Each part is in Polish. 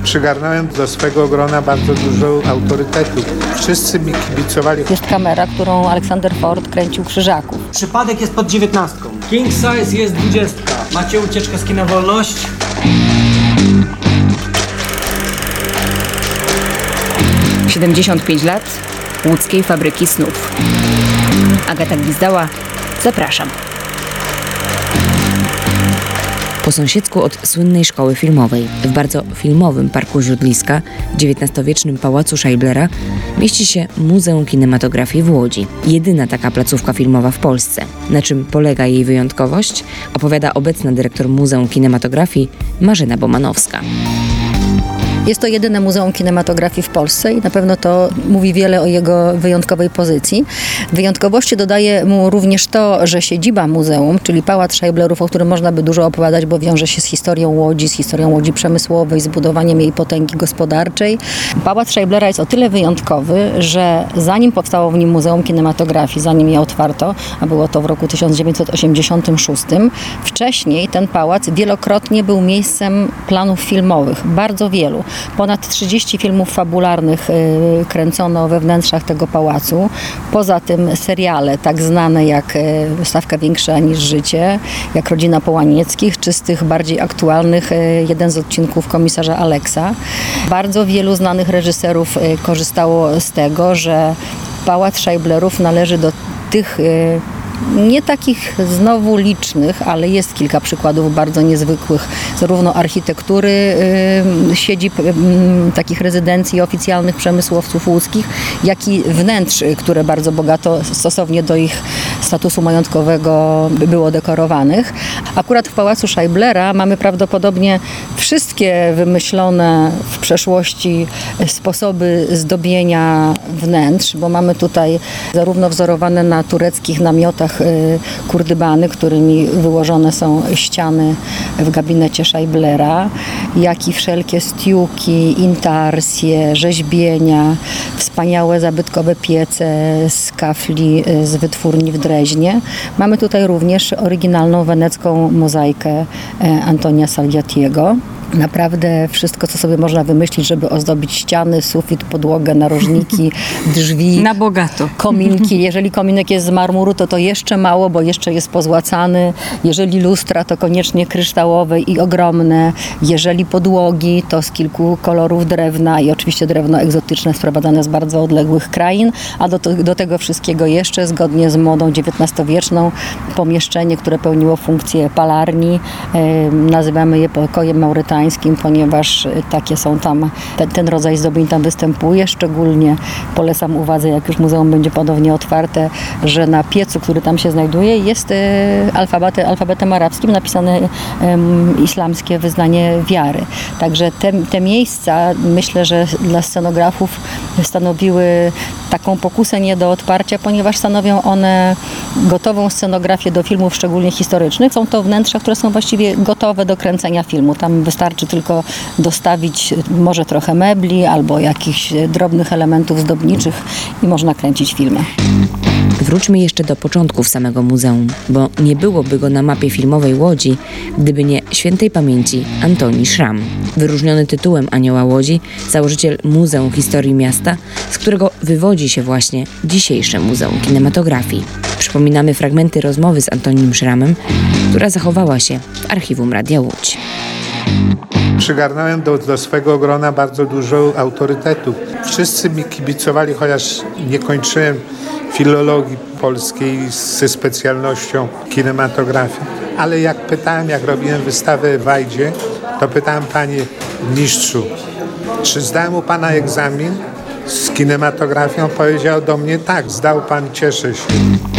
Przygarnąłem do swego grona bardzo dużo autorytetów. Wszyscy mi kibicowali. Jest kamera, którą Aleksander Ford kręcił Krzyżaków. Przypadek jest pod 19. King size jest 20. Macie ucieczkę z kina Wolność? – 75 lat łódzkiej fabryki snów. Agata Gwizdała, zapraszam. Po sąsiedzku od słynnej szkoły filmowej, w bardzo filmowym Parku Źródliska, w XIX-wiecznym Pałacu Scheiblera, mieści się Muzeum Kinematografii w Łodzi. Jedyna taka placówka filmowa w Polsce. Na czym polega jej wyjątkowość, opowiada obecna dyrektor Muzeum Kinematografii Marzena Bomanowska. Jest to jedyne muzeum kinematografii w Polsce i na pewno to mówi wiele o jego wyjątkowej pozycji. Wyjątkowości dodaje mu również to, że siedziba muzeum, czyli Pałac Scheiblerów, o którym można by dużo opowiadać, bo wiąże się z historią Łodzi przemysłowej, z budowaniem jej potęgi gospodarczej. Pałac Scheiblera jest o tyle wyjątkowy, że zanim powstało w nim Muzeum Kinematografii, zanim je otwarto, a było to w roku 1986, wcześniej ten pałac wielokrotnie był miejscem planów filmowych, bardzo wielu. Ponad 30 filmów fabularnych kręcono we wnętrzach tego pałacu. Poza tym seriale tak znane jak Stawka większa niż życie, jak Rodzina Połanieckich, czy z tych bardziej aktualnych jeden z odcinków Komisarza Aleksa. Bardzo wielu znanych reżyserów korzystało z tego, że Pałac Scheiblerów należy do tych nie takich znowu licznych, ale jest kilka przykładów bardzo niezwykłych, zarówno architektury siedzib takich rezydencji oficjalnych przemysłowców łódzkich, jak i wnętrz, które bardzo bogato stosownie do ich statusu majątkowego było dekorowanych. Akurat w Pałacu Scheiblera mamy prawdopodobnie wszystkie wymyślone w przeszłości sposoby zdobienia wnętrz, bo mamy tutaj zarówno wzorowane na tureckich namiotach kurdybany, którymi wyłożone są ściany w gabinecie Scheiblera, jak i wszelkie stiuki, intarsje, rzeźbienia, wspaniałe zabytkowe piece z kafli z wytwórni w Dreźnie. Mamy tutaj również oryginalną wenecką mozaikę Antonia Salviatiego. Naprawdę wszystko, co sobie można wymyślić, żeby ozdobić ściany, sufit, podłogę, narożniki, drzwi. Na bogato. Kominki. Jeżeli kominek jest z marmuru, to jeszcze mało, bo jeszcze jest pozłacany. Jeżeli lustra, to koniecznie kryształowe i ogromne. Jeżeli podłogi, to z kilku kolorów drewna i oczywiście drewno egzotyczne sprowadzane z bardzo odległych krain. A do tego wszystkiego jeszcze, zgodnie z modą XIX-wieczną, pomieszczenie, które pełniło funkcję palarni. Nazywamy je pokojem maurytańskim, ponieważ takie są tam, ten rodzaj zdobień tam występuje. Szczególnie polecam uwadze, jak już muzeum będzie ponownie otwarte, że na piecu, który tam się znajduje, jest alfabetem arabskim napisane islamskie wyznanie wiary. Także te miejsca, myślę, że dla scenografów stanowiły taką pokusę nie do odparcia, ponieważ stanowią one gotową scenografię do filmów, szczególnie historycznych. Są to wnętrza, które są właściwie gotowe do kręcenia filmu. Tam wystarczy tylko dostawić może trochę mebli albo jakichś drobnych elementów zdobniczych i można kręcić filmy. Wróćmy jeszcze do początków samego muzeum, bo nie byłoby go na mapie filmowej Łodzi, gdyby nie świętej pamięci Antoni Szram. Wyróżniony tytułem Anioła Łodzi, założyciel Muzeum Historii Miasta, z którego wywodzi się właśnie dzisiejsze Muzeum Kinematografii. Przypominamy fragmenty rozmowy z Antonim Szramem, która zachowała się w archiwum Radia Łódź. Przygarnąłem do swego grona bardzo dużo autorytetów. Wszyscy mi kibicowali, chociaż nie kończyłem filologii polskiej ze specjalnością kinematografii. Ale jak pytałem, jak robiłem wystawę w Wajdzie, to pytałem: panie mistrzu, czy zdałem u pana egzamin z kinematografią? Powiedział do mnie: tak, zdał pan, cieszę się.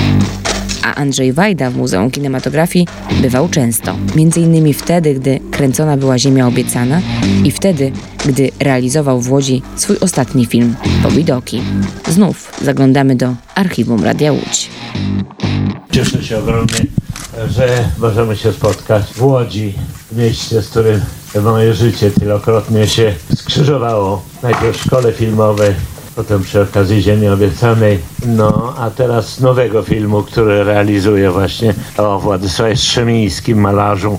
A Andrzej Wajda w Muzeum Kinematografii bywał często. Między innymi wtedy, gdy kręcona była Ziemia obiecana i wtedy, gdy realizował w Łodzi swój ostatni film Powidoki. Znów zaglądamy do archiwum Radia Łódź. Cieszę się ogromnie, że możemy się spotkać w Łodzi, w mieście, z którym moje życie wielokrotnie się skrzyżowało. Najpierw w szkole filmowej, potem przy okazji Ziemi Obiecanej, no a teraz nowego filmu, który realizuje właśnie o Władysławie Strzemińskim, malarzu,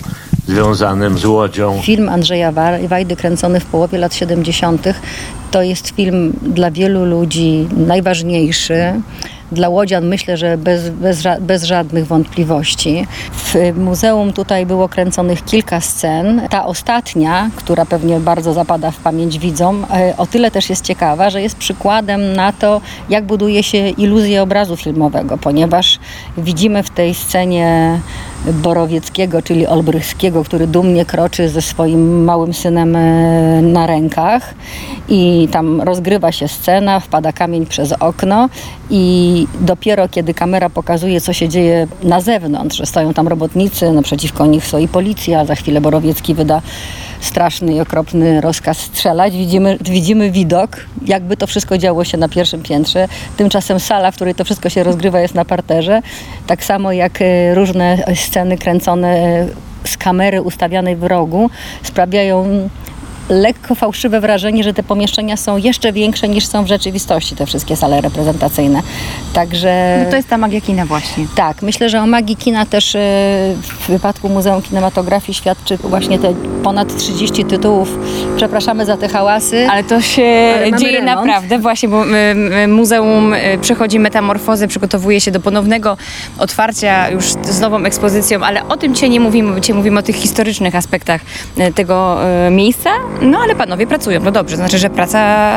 związanym z Łodzią. Film Andrzeja Wajdy kręcony w połowie lat 70. to jest film dla wielu ludzi najważniejszy. Dla łodzian myślę, że bez żadnych wątpliwości. W muzeum tutaj było kręconych kilka scen. Ta ostatnia, która pewnie bardzo zapada w pamięć widzom, o tyle też jest ciekawa, że jest przykładem na to, jak buduje się iluzję obrazu filmowego, ponieważ widzimy w tej scenie Borowieckiego, czyli Olbrychskiego, który dumnie kroczy ze swoim małym synem na rękach i tam rozgrywa się scena, wpada kamień przez okno i dopiero kiedy kamera pokazuje, co się dzieje na zewnątrz, że stoją tam robotnicy, naprzeciwko nich stoi policja, za chwilę Borowiecki wyda straszny i okropny rozkaz strzelać. Widzimy widok, jakby to wszystko działo się na pierwszym piętrze. Tymczasem sala, w której to wszystko się rozgrywa, jest na parterze. Tak samo jak różne sceny kręcone z kamery ustawianej w rogu sprawiają lekko fałszywe wrażenie, że te pomieszczenia są jeszcze większe niż są w rzeczywistości, te wszystkie sale reprezentacyjne. Także... No to jest ta magia kina właśnie. Tak, myślę, że o magii kina też w wypadku Muzeum Kinematografii świadczy właśnie te ponad 30 tytułów. Przepraszamy za te hałasy. Ale to się dzieje remont. naprawdę właśnie, bo muzeum przechodzi metamorfozę, przygotowuje się do ponownego otwarcia już z nową ekspozycją, ale o tym dzisiaj nie mówimy, bo dzisiaj mówimy o tych historycznych aspektach tego miejsca. No ale panowie pracują, no dobrze, znaczy, że praca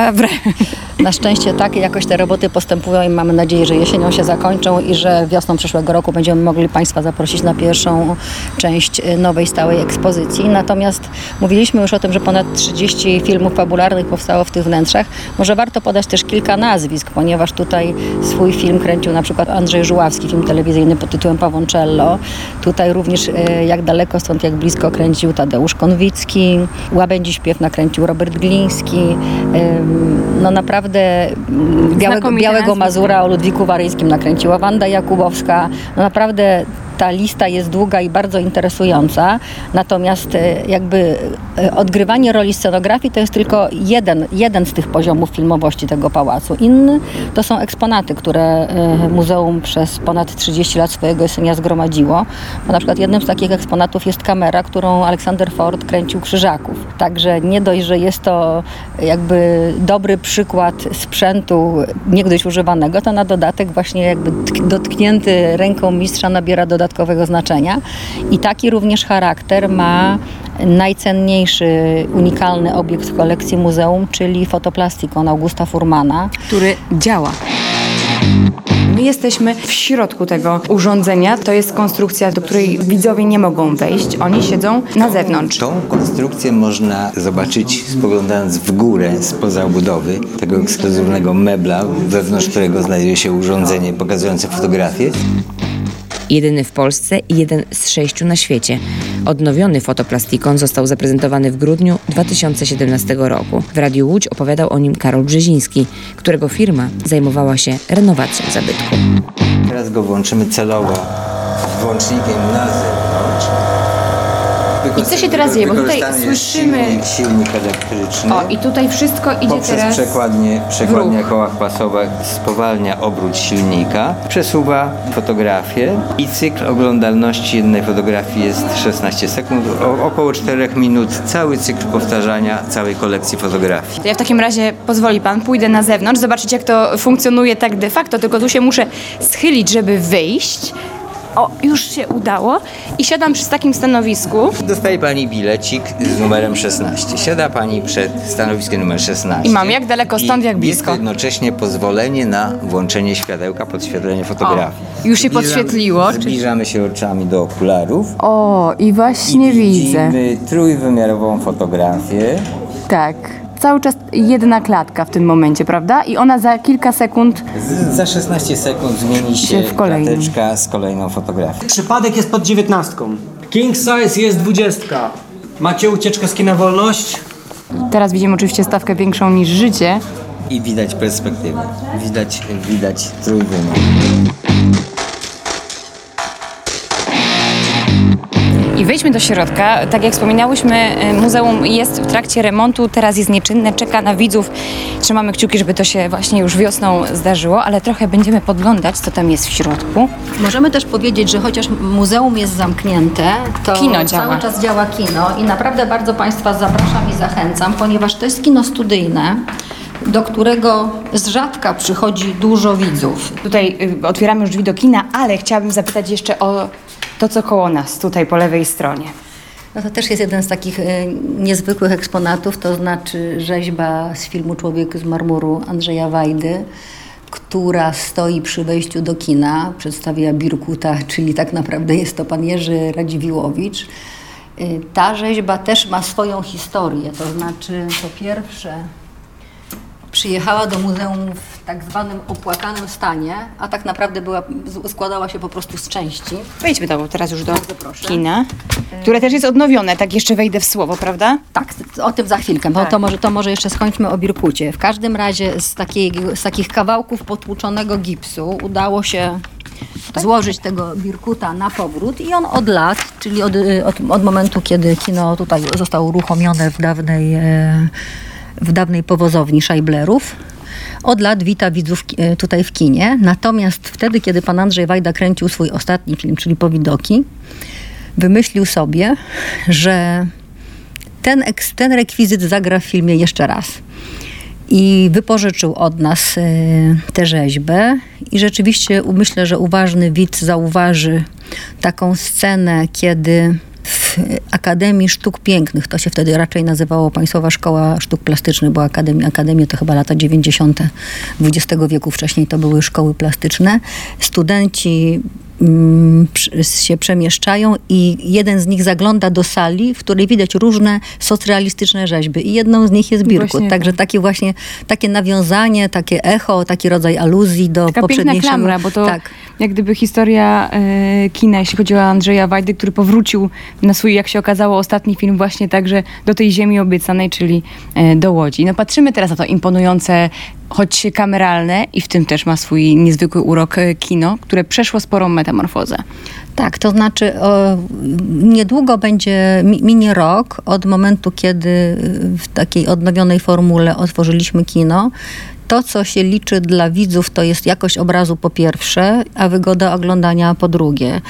Na szczęście tak, jakoś te roboty postępują i mamy nadzieję, że jesienią się zakończą i że wiosną przyszłego roku będziemy mogli Państwa zaprosić na pierwszą część nowej stałej ekspozycji. Natomiast mówiliśmy już o tym, że ponad 30 filmów fabularnych powstało w tych wnętrzach. Może warto podać też kilka nazwisk, ponieważ tutaj swój film kręcił na przykład Andrzej Żuławski, film telewizyjny pod tytułem Pawoncello. Tutaj również jak daleko stąd, jak blisko kręcił Tadeusz Konwicki. Łabędzi śpiew nakręcił Robert Gliński. No naprawdę Białego Mazura o Ludwiku Waryńskim nakręciła Wanda Jakubowska. No naprawdę ta lista jest długa i bardzo interesująca. Natomiast jakby odgrywanie roli scenografii to jest tylko jeden z tych poziomów filmowości tego pałacu. Inny to są eksponaty, które muzeum przez ponad 30 lat swojego istnienia zgromadziło. Bo na przykład jednym z takich eksponatów jest kamera, którą Aleksander Ford kręcił Krzyżaków. Także nie dość, że jest to jakby dobry przykład sprzętu niegdyś używanego, to na dodatek właśnie jakby dotknięty ręką mistrza nabiera dodatkowego znaczenia. I taki również charakter ma najcenniejszy, unikalny obiekt w kolekcji muzeum, czyli fotoplastikon Augusta Furmana, który działa. My jesteśmy w środku tego urządzenia. To jest konstrukcja, do której widzowie nie mogą wejść. Oni siedzą na zewnątrz. Tą konstrukcję można zobaczyć, spoglądając w górę spoza obudowy tego ekskluzywnego mebla, wewnątrz którego znajduje się urządzenie pokazujące fotografię. Jedyny w Polsce i jeden z 6 na świecie. Odnowiony fotoplastikon został zaprezentowany w grudniu 2017 roku. W Radiu Łódź opowiadał o nim Karol Brzeziński, którego firma zajmowała się renowacją zabytku. Teraz go włączymy celowo włącznikiem na zewnątrz. I co się teraz dzieje? Bo tutaj słyszymy... Silnik elektryczny. O, i tutaj wszystko idzie Poprzez teraz przekładnię koła chłasowe spowalnia obrót silnika, przesuwa fotografię i cykl oglądalności jednej fotografii jest 16 sekund, około 4 minut, cały cykl powtarzania całej kolekcji fotografii. To ja w takim razie, pozwoli pan, pójdę na zewnątrz, zobaczyć jak to funkcjonuje tak de facto, tylko tu się muszę schylić, żeby wyjść. O, już się udało i siadam przy takim stanowisku. Dostaje pani bilecik z numerem 16. Siada pani przed stanowiskiem numer 16. I mam jak daleko stąd, jak blisko. Jednocześnie pozwolenie na włączenie światełka, podświetlenie fotografii. O, już się podświetliło. Zbliżamy się oczami do okularów. O, i właśnie Widzimy trójwymiarową fotografię. Tak. Cały czas jedna klatka w tym momencie, prawda? I ona za kilka sekund... Za 16 sekund zmieni się w kolejną. klateczka z kolejną fotografią. Przypadek jest pod 19. King size jest 20. Macie ucieczkę z kina Wolność? Teraz widzimy oczywiście stawkę większą niż życie. I widać perspektywę. Widać trójwymiar. I wejdźmy do środka. Tak jak wspominałyśmy, muzeum jest w trakcie remontu, teraz jest nieczynne, czeka na widzów. Trzymamy kciuki, żeby to się właśnie już wiosną zdarzyło, ale trochę będziemy podglądać, co tam jest w środku. Możemy też powiedzieć, że chociaż muzeum jest zamknięte, to Kino działa. cały czas działa kino i naprawdę bardzo Państwa zapraszam i zachęcam, ponieważ to jest kino studyjne, do którego z rzadka przychodzi dużo widzów. Tutaj otwieramy już drzwi do kina, ale chciałabym zapytać jeszcze o to, co koło nas, tutaj po lewej stronie. No to też jest jeden z takich niezwykłych eksponatów, to znaczy rzeźba z filmu Człowiek z marmuru Andrzeja Wajdy, która stoi przy wejściu do kina, przedstawia Birkuta, czyli tak naprawdę jest to pan Jerzy Radziwiłłowicz. Ta rzeźba też ma swoją historię, to znaczy po pierwsze przyjechała do muzeum w tak zwanym opłakanym stanie, a tak naprawdę składała się po prostu z części. Wejdźmy teraz już do kina, które też jest odnowione, tak jeszcze wejdę w słowo, prawda? Tak, o tym za chwilkę, bo to może jeszcze skończmy o Birkucie. W każdym razie z takich kawałków potłuczonego gipsu udało się złożyć tego Birkuta na powrót i on od lat, czyli od momentu, kiedy kino tutaj zostało uruchomione w dawnej powozowni Szajblerów, od lat wita widzów tutaj w kinie. Natomiast wtedy, kiedy pan Andrzej Wajda kręcił swój ostatni film, czyli Powidoki, wymyślił sobie, że ten rekwizyt zagra w filmie jeszcze raz. I wypożyczył od nas tę rzeźbę i rzeczywiście myślę, że uważny widz zauważy taką scenę, kiedy w Akademii Sztuk Pięknych, to się wtedy raczej nazywało Państwowa Szkoła Sztuk Plastycznych, bo Akademie to chyba lata 90. XX wieku, wcześniej to były szkoły plastyczne. Studenci się przemieszczają i jeden z nich zagląda do sali, w której widać różne socrealistyczne rzeźby i jedną z nich jest Birkut. Właśnie Także takie nawiązanie, takie echo, taki rodzaj aluzji do Taka poprzedniejszego. piękna klamra, bo to tak. jak gdyby historia kina, jeśli chodzi o Andrzeja Wajdy, który powrócił na swój, jak się okazało, ostatni film właśnie także do tej ziemi obiecanej, czyli do Łodzi. No patrzymy teraz na to imponujące, choć kameralne i w tym też ma swój niezwykły urok kino, które przeszło sporą metamorfozę. Tak, to znaczy niedługo minie rok od momentu, kiedy w takiej odnowionej formule otworzyliśmy kino. To, co się liczy dla widzów, to jest jakość obrazu po pierwsze, a wygoda oglądania po drugie.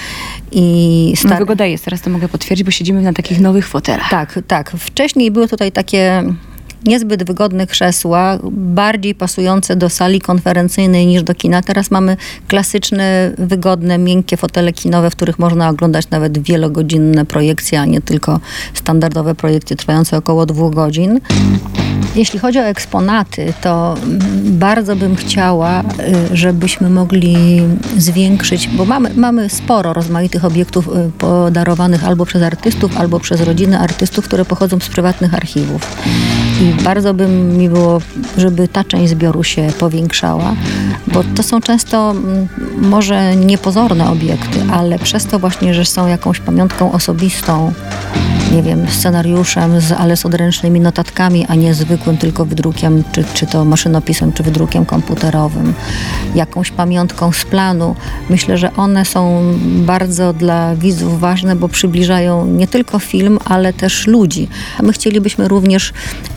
Wygoda jest, teraz to mogę potwierdzić, bo siedzimy na takich nowych fotelach. Tak. Wcześniej były tutaj takie niezbyt wygodne krzesła, bardziej pasujące do sali konferencyjnej niż do kina. Teraz mamy klasyczne, wygodne, miękkie fotele kinowe, w których można oglądać nawet wielogodzinne projekcje, a nie tylko standardowe projekcje trwające około 2 godzin. Jeśli chodzi o eksponaty, to bardzo bym chciała, żebyśmy mogli zwiększyć, bo mamy sporo rozmaitych obiektów podarowanych albo przez artystów, albo przez rodziny artystów, które pochodzą z prywatnych archiwów. I bardzo by mi było, żeby ta część zbioru się powiększała, bo to są często może niepozorne obiekty, ale przez to właśnie, że są jakąś pamiątką osobistą, nie wiem, scenariuszem, ale z odręcznymi notatkami, a nie zwykłym tylko wydrukiem, czy to maszynopisem, czy wydrukiem komputerowym, jakąś pamiątką z planu. Myślę, że one są bardzo dla widzów ważne, bo przybliżają nie tylko film, ale też ludzi. A my chcielibyśmy również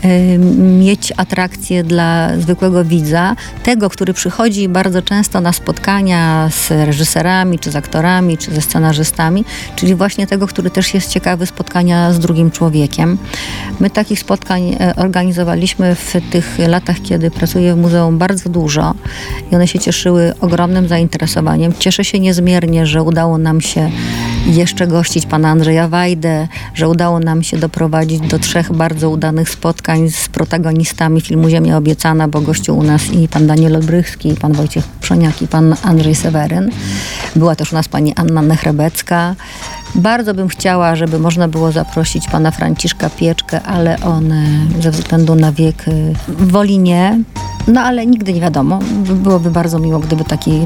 mieć atrakcję dla zwykłego widza, tego, który przychodzi bardzo często na spotkania z reżyserami, czy z aktorami, czy ze scenarzystami, czyli właśnie tego, który też jest ciekawy spotkania z drugim człowiekiem. My takich spotkań organizowaliśmy w tych latach, kiedy pracuję w muzeum, bardzo dużo i one się cieszyły ogromnym zainteresowaniem. Cieszę się niezmiernie, że udało nam się jeszcze gościć pana Andrzeja Wajdę, że udało nam się doprowadzić do 3 bardzo udanych spotkań z protagonistami filmu Ziemia Obiecana, bo gościł u nas i pan Daniel Olbrychski, i pan Wojciech Przoniak, i pan Andrzej Seweryn. Była też u nas pani Anna Nechrebecka. Bardzo bym chciała, żeby można było zaprosić pana Franciszka Pieczkę, ale on ze względu na wiek woli nie. No ale nigdy nie wiadomo. Byłoby bardzo miło, gdyby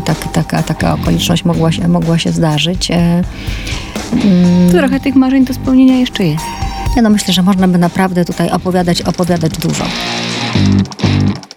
taka okoliczność mogła się zdarzyć. Trochę tych marzeń do spełnienia jeszcze jest. Ja myślę, że można by naprawdę tutaj opowiadać dużo.